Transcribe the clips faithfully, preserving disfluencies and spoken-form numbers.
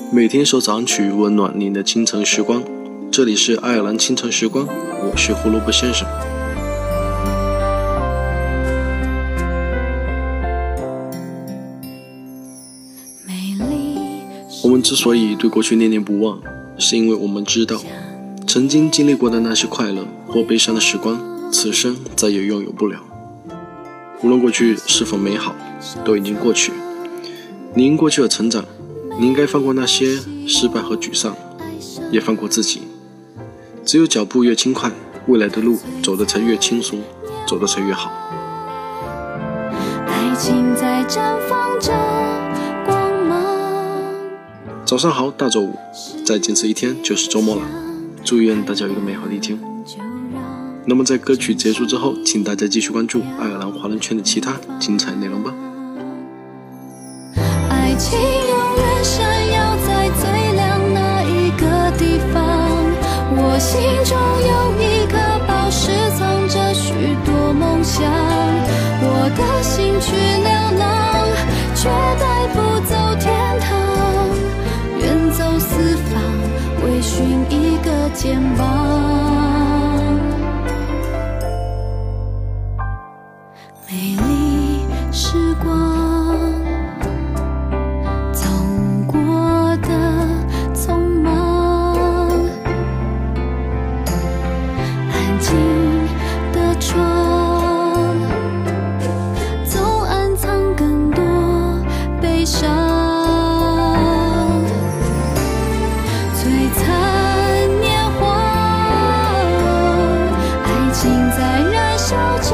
每天首早安曲温暖您的清晨时光，这里是爱尔兰清晨时光，我是胡萝卜先生。我们之所以对过去念念不忘，是因为我们知道曾经经历过的那些快乐或悲伤的时光，此生再也拥有不了。无论过去是否美好，都已经过去。你因过去而成长，你应该放过那些失败和沮丧，也放过自己。只有脚步越轻快，未来的路走得才越轻松，走得才越好。 爱情在绽放着光芒。 早上好，大周五，再坚持一天就是周末了，祝愿大家有一个美好的一天。那么在歌曲结束之后，请大家继续关注爱尔兰华人圈的其他精彩内容吧。 爱情永远闪耀在最亮那一个地方，我心中有一颗宝石，藏着许多梦想。我的心去流浪，却带不走天堂，远走四方，为寻一个肩膀。美丽时光走过的匆忙，安静的窗总暗藏更多悲伤，璀璨年华，爱情在燃烧着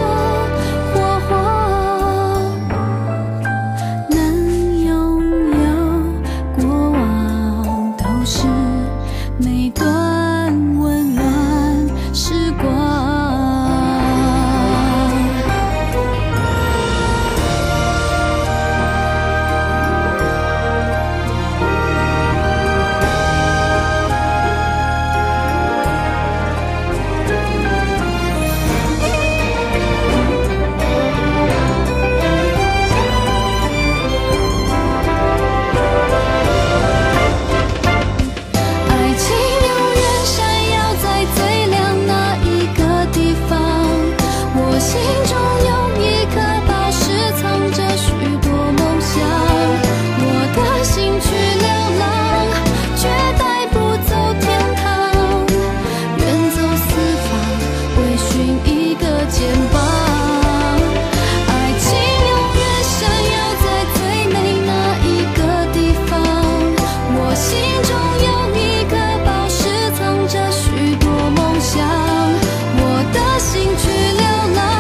每段温暖时光。心中有一颗宝石，藏着许多梦想。我的心去流浪，却带不走天堂，远走四方，为寻一个肩膀。爱情永远闪耀在最美那一个地方，我心中有一颗宝石，藏着许多梦想。我的心去流浪，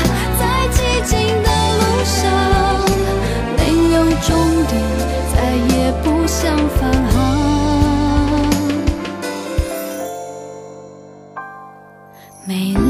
终点再也不想返航。美丽